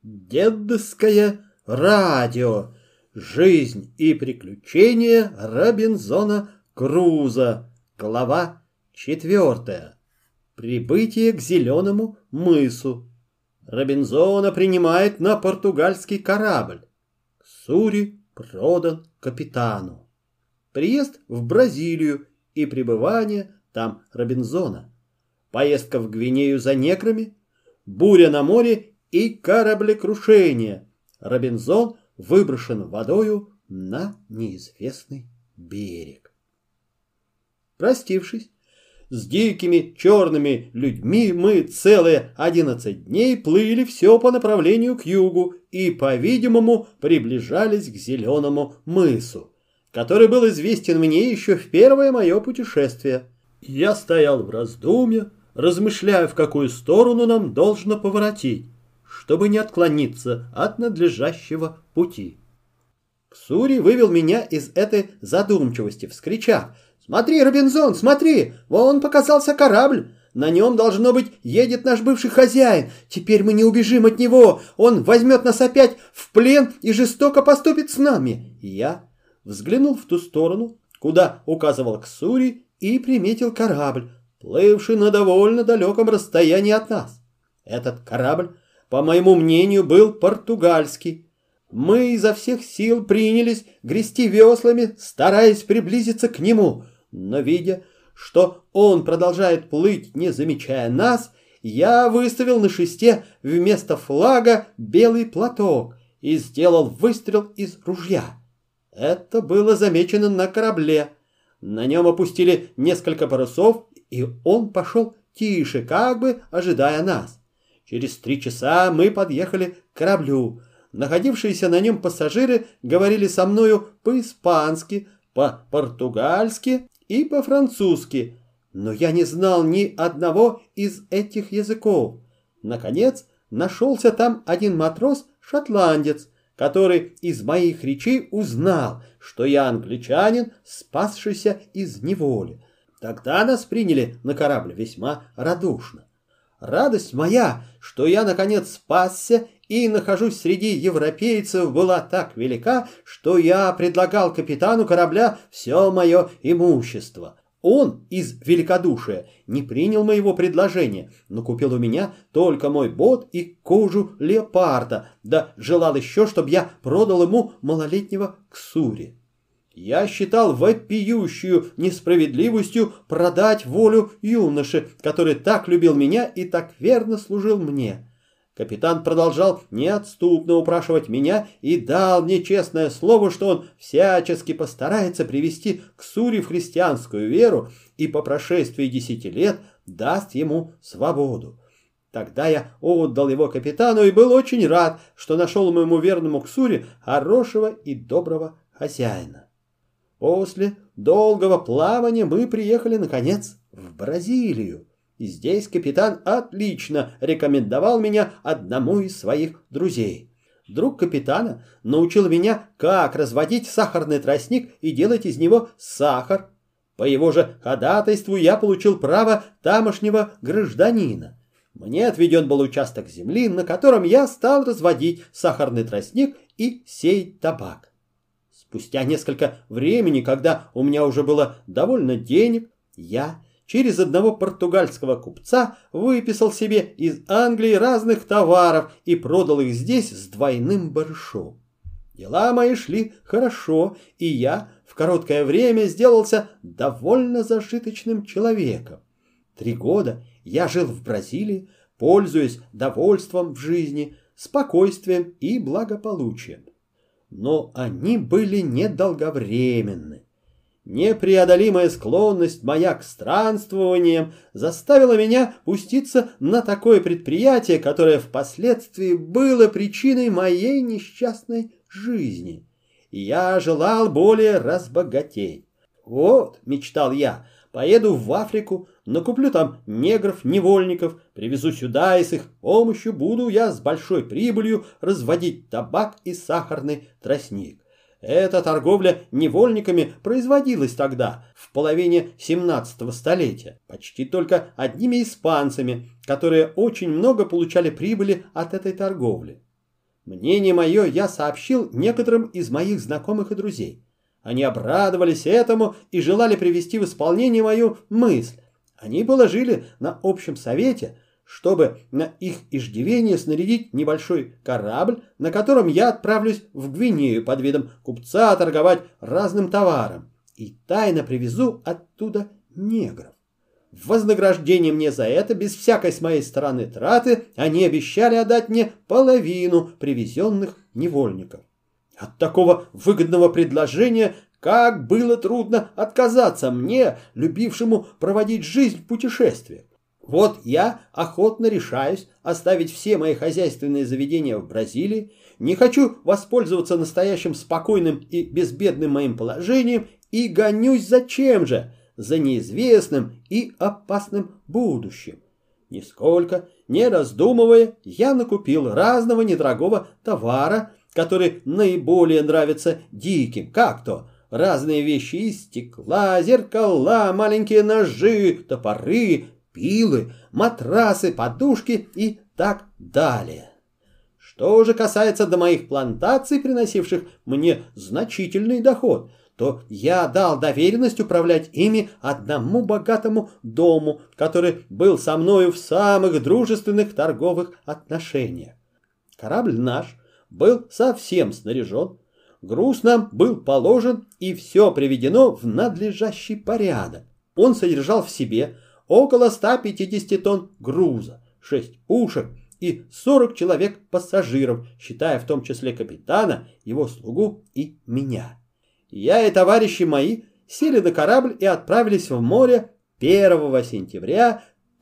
Дедовское радио. Жизнь и приключения Робинзона Крузо. Глава 4. Прибытие к Зеленому мысу. Робинзона принимает на португальский корабль. Ксури продан капитану. Приезд в Бразилию и пребывание там Робинзона. Поездка в Гвинею за неграми. Буря на море и кораблекрушение. Робинзон выброшен водою на неизвестный берег. Простившись с дикими черными людьми, мы целые 11 дней плыли все по направлению к югу и, по-видимому, приближались к Зеленому мысу, который был известен мне еще в первое мое путешествие. Я стоял в раздумье, размышляя, в какую сторону нам должно поворотить, чтобы не отклониться от надлежащего пути. Ксури вывел меня из этой задумчивости, вскричав: «Смотри, Робинзон, смотри! Вон показался корабль! На нем, должно быть, едет наш бывший хозяин! Теперь мы не убежим от него! Он возьмет нас опять в плен и жестоко поступит с нами!» И я взглянул в ту сторону, куда указывал Ксури, и приметил корабль, плывший на довольно далеком расстоянии от нас. Этот корабль, по моему мнению, был португальский. Мы изо всех сил принялись грести веслами, стараясь приблизиться к нему, но, видя, что он продолжает плыть, не замечая нас, я выставил на шесте вместо флага белый платок и сделал выстрел из ружья. Это было замечено на корабле. На нем опустили несколько парусов, и он пошел тише, как бы ожидая нас. Через 3 часа мы подъехали к кораблю. Находившиеся на нем пассажиры говорили со мною по-испански, по-португальски и по-французски, но я не знал ни одного из этих языков. Наконец, нашелся там один матрос-шотландец, который из моих речей узнал, что я англичанин, спасшийся из неволи. Тогда нас приняли на корабль весьма радушно. Радость моя, что я наконец спасся и нахожусь среди европейцев, была так велика, что я предлагал капитану корабля все мое имущество. Он из великодушия не принял моего предложения, но купил у меня только мой бот и кожу леопарда, да желал еще, чтобы я продал ему малолетнего Ксури. Я считал вопиющую несправедливостью продать волю юноши, который так любил меня и так верно служил мне. Капитан продолжал неотступно упрашивать меня и дал мне честное слово, что он всячески постарается привести Ксури в христианскую веру и по прошествии 10 лет даст ему свободу. Тогда я отдал его капитану и был очень рад, что нашел моему верному Ксури хорошего и доброго хозяина. После долгого плавания мы приехали, наконец, в Бразилию. И здесь капитан отлично рекомендовал меня одному из своих друзей. Друг капитана научил меня, как разводить сахарный тростник и делать из него сахар. По его же ходатайству я получил право тамошнего гражданина. Мне отведен был участок земли, на котором я стал разводить сахарный тростник и сеять табак. Спустя несколько времени, когда у меня уже было довольно денег, я через одного португальского купца выписал себе из Англии разных товаров и продал их здесь с двойным барышом. Дела мои шли хорошо, и я в короткое время сделался довольно зажиточным человеком. 3 года я жил в Бразилии, пользуясь довольством в жизни, спокойствием и благополучием. Но они были недолговременны. Непреодолимая склонность моя к странствованиям заставила меня пуститься на такое предприятие, которое впоследствии было причиной моей несчастной жизни. И я желал более разбогатеть. Вот, мечтал я, поеду в Африку, накуплю там негров-невольников, привезу сюда, и с их помощью буду я с большой прибылью разводить табак и сахарный тростник. Эта торговля невольниками производилась тогда, в половине 17 столетия, почти только одними испанцами, которые очень много получали прибыли от этой торговли. Мнение мое я сообщил некоторым из моих знакомых и друзей. Они обрадовались этому и желали привести в исполнение мою мысль. Они положили на общем совете, чтобы на их иждивение снарядить небольшой корабль, на котором я отправлюсь в Гвинею под видом купца торговать разным товаром и тайно привезу оттуда негров. В вознаграждение мне за это, без всякой с моей стороны траты, они обещали отдать мне половину привезенных невольников. От такого выгодного предложения как было трудно отказаться мне, любившему проводить жизнь в путешествиях. Вот я охотно решаюсь оставить все мои хозяйственные заведения в Бразилии, не хочу воспользоваться настоящим спокойным и безбедным моим положением и гонюсь зачем же? За неизвестным и опасным будущим. Нисколько не раздумывая, я накупил разного недорогого товара, который наиболее нравится диким, как то разные вещи из стекла, зеркала, маленькие ножи, топоры, пилы, матрасы, подушки и так далее. Что же касается до моих плантаций, приносивших мне значительный доход, то я дал доверенность управлять ими одному богатому дому, который был со мною в самых дружественных торговых отношениях. Корабль наш был совсем снаряжен, груз нам был положен и все приведено в надлежащий порядок. Он содержал в себе около 150 тонн груза, 6 пушек и 40 человек пассажиров, считая в том числе капитана, его слугу и меня. Я и товарищи мои сели на корабль и отправились в море 1 сентября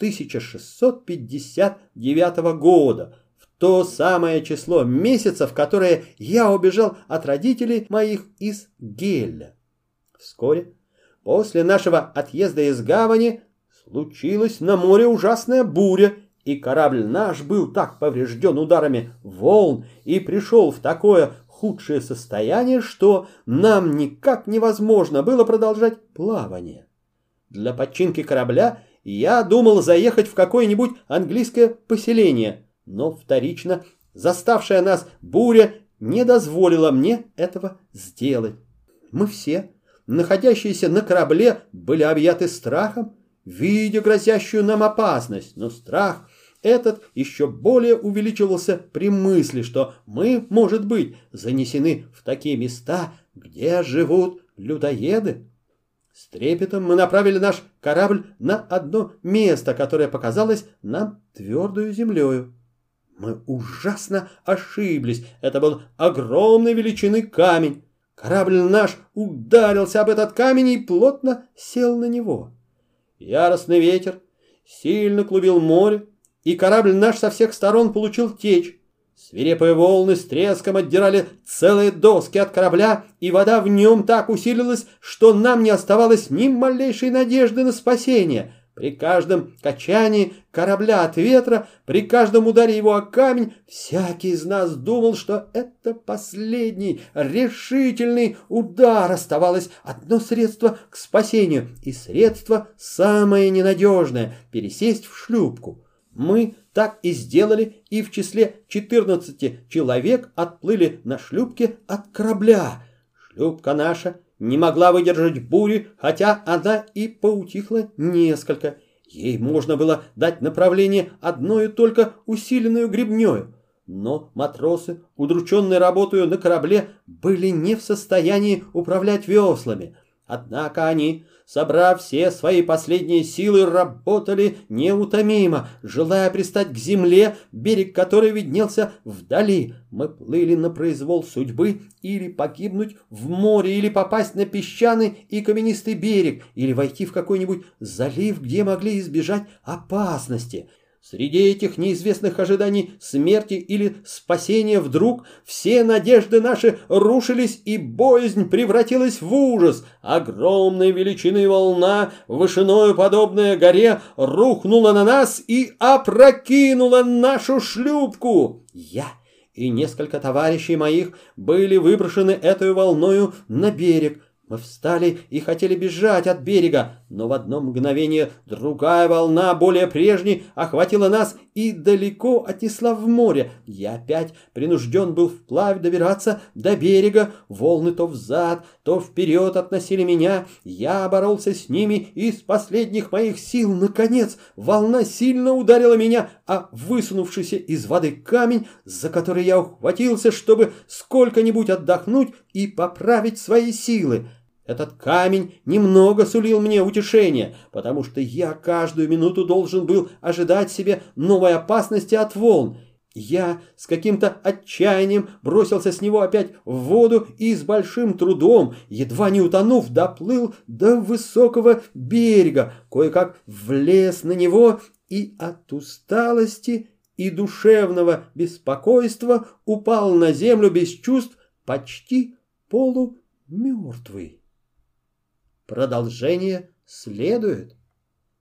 1659 года, в то самое число месяца, в которое я убежал от родителей моих из Гелля. Вскоре после нашего отъезда из гавани случилась на море ужасная буря, и корабль наш был так поврежден ударами волн и пришел в такое худшее состояние, что нам никак невозможно было продолжать плавание. Для починки корабля я думал заехать в какое-нибудь английское поселение, но вторично заставшая нас буря не дозволила мне этого сделать. Мы все, находящиеся на корабле, были объяты страхом, видя грозящую нам опасность, но страх этот еще более увеличивался при мысли, что мы, может быть, занесены в такие места, где живут людоеды. С трепетом мы направили наш корабль на одно место, которое показалось нам твердою землею. Мы ужасно ошиблись. Это был огромной величины камень. Корабль наш ударился об этот камень и плотно сел на него. Яростный ветер сильно клубил море, и корабль наш со всех сторон получил течь. Свирепые волны с треском отдирали целые доски от корабля, и вода в нем так усилилась, что нам не оставалось ни малейшей надежды на спасение. При каждом качании корабля от ветра, при каждом ударе его о камень, всякий из нас думал, что это последний решительный удар. Оставалось одно средство к спасению, и средство самое ненадежное – пересесть в шлюпку. Мы так и сделали, и в числе 14 человек отплыли на шлюпке от корабля. Шлюпка наша не могла выдержать бури, хотя она и поутихла несколько. Ей можно было дать направление одною только усиленную гребнёю. Но матросы, удрученные работою на корабле, были не в состоянии управлять веслами. Однако они, собрав все свои последние силы, работали неутомимо, желая пристать к земле, берег которой виднелся вдали. Мы плыли на произвол судьбы, или погибнуть в море, или попасть на песчаный и каменистый берег, или войти в какой-нибудь залив, где могли избежать опасности. Среди этих неизвестных ожиданий смерти или спасения вдруг все надежды наши рушились, и боязнь превратилась в ужас. Огромной величины волна, вышиною подобная горе, рухнула на нас и опрокинула нашу шлюпку. Я и несколько товарищей моих были выброшены этой волною на берег. Мы встали и хотели бежать от берега, но в одно мгновение другая волна, более прежней, охватила нас и далеко отнесла в море. Я опять принужден был вплавь добираться до берега. Волны то взад, то вперед относили меня. Я боролся с ними из последних моих сил. Наконец, волна сильно ударила меня, а высунувшийся из воды камень, за который я ухватился, чтобы сколько-нибудь отдохнуть и поправить свои силы. Этот камень немного сулил мне утешения, потому что я каждую минуту должен был ожидать себе новой опасности от волн. Я с каким-то отчаянием бросился с него опять в воду и с большим трудом, едва не утонув, доплыл до высокого берега, кое-как влез на него и от усталости и душевного беспокойства упал на землю без чувств, почти полумертвый. Продолжение следует.